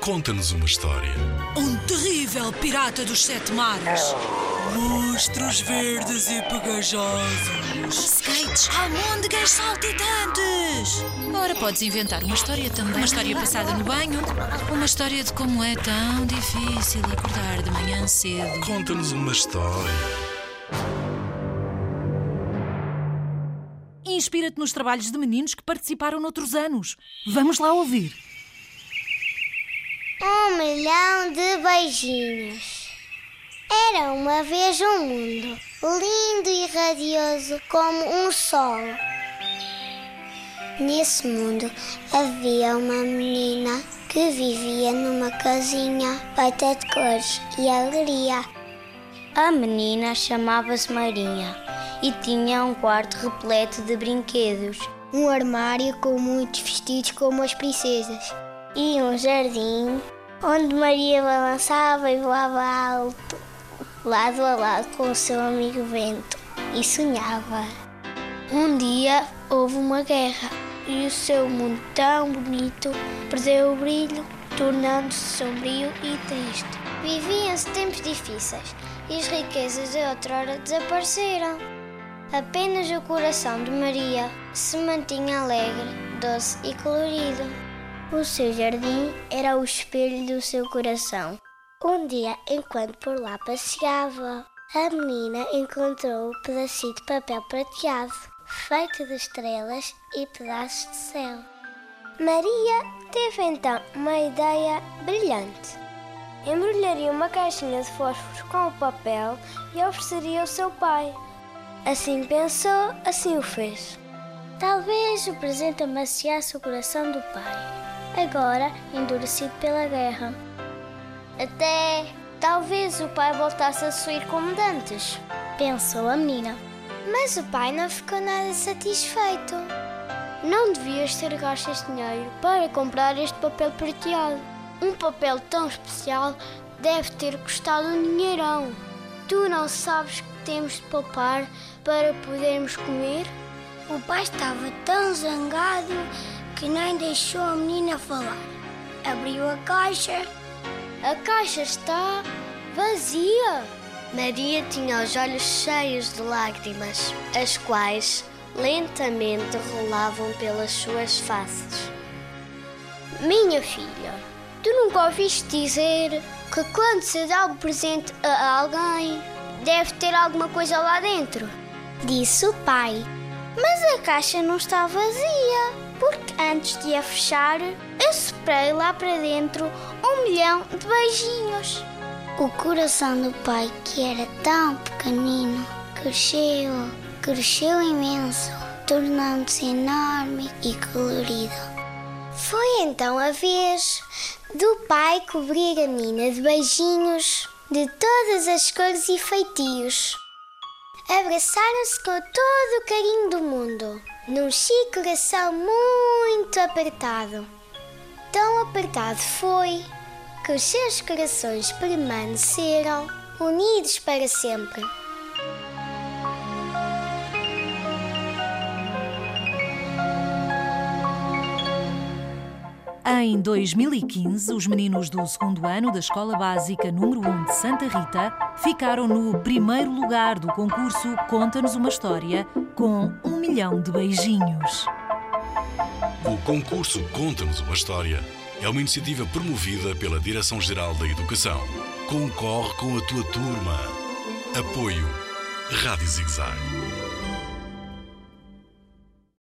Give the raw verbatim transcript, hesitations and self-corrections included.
Conta-nos uma história. Um terrível pirata dos sete mares. Monstros verdes e pegajosos. Skates, almôndegas saltitantes. Ora, podes inventar uma história também. Uma história passada no banho. Uma história de como é tão difícil acordar de manhã cedo. Conta-nos uma história. Inspira-te nos trabalhos de meninos que participaram noutros anos. Vamos lá ouvir. Um milhão de beijinhos. Era uma vez um mundo lindo e radioso como um sol. Nesse mundo havia uma menina que vivia numa casinha feita de cores e alegria. A menina chamava-se Maria e tinha um quarto repleto de brinquedos, um armário com muitos vestidos como as princesas e um jardim onde Maria balançava e voava alto, lado a lado com o seu amigo Vento, e sonhava. Um dia houve uma guerra e o seu mundo tão bonito perdeu o brilho, tornando-se sombrio e triste. Viviam-se tempos difíceis e as riquezas de outrora desapareceram. Apenas o coração de Maria se mantinha alegre, doce e colorido. O seu jardim era o espelho do seu coração. Um dia, enquanto por lá passeava, a menina encontrou um pedacinho de papel prateado, feito de estrelas e pedaços de céu. Maria teve então uma ideia brilhante. Embrulharia uma caixinha de fósforos com o papel e ofereceria ao seu pai. Assim pensou, assim o fez. Talvez o presente amaciasse o coração do pai, agora endurecido pela guerra. Até talvez o pai voltasse a sorrir como dantes, pensou a menina. Mas o pai não ficou nada satisfeito. Não devias ter gasto este dinheiro para comprar este papel prateado. Um papel tão especial deve ter custado um dinheirão. Tu não sabes que temos de poupar para podermos comer? O pai estava tão zangado que nem deixou a menina falar. Abriu a caixa. A caixa está vazia. Maria tinha os olhos cheios de lágrimas, as quais lentamente rolavam pelas suas faces. Minha filha, tu nunca ouviste dizer que quando se dá um presente a alguém, deve ter alguma coisa lá dentro? Disse o pai. Mas a caixa não está vazia, porque antes de a fechar, eu soprei lá para dentro um milhão de beijinhos. O coração do pai, que era tão pequenino, cresceu, cresceu imenso, tornando-se enorme e colorido. Foi então a vez do pai cobrir a menina de beijinhos de todas as cores e feitios. Abraçaram-se com todo o carinho do mundo, num chique coração muito apertado. Tão apertado foi que os seus corações permaneceram unidos para sempre. Em dois mil e quinze, os meninos do segundo ano da Escola Básica número um de Santa Rita ficaram no primeiro lugar do concurso Conta-nos uma História, com um milhão de beijinhos. O concurso Conta-nos uma História é uma iniciativa promovida pela Direção-Geral da Educação. Concorre com a tua turma. Apoio Rádio Zig Zag.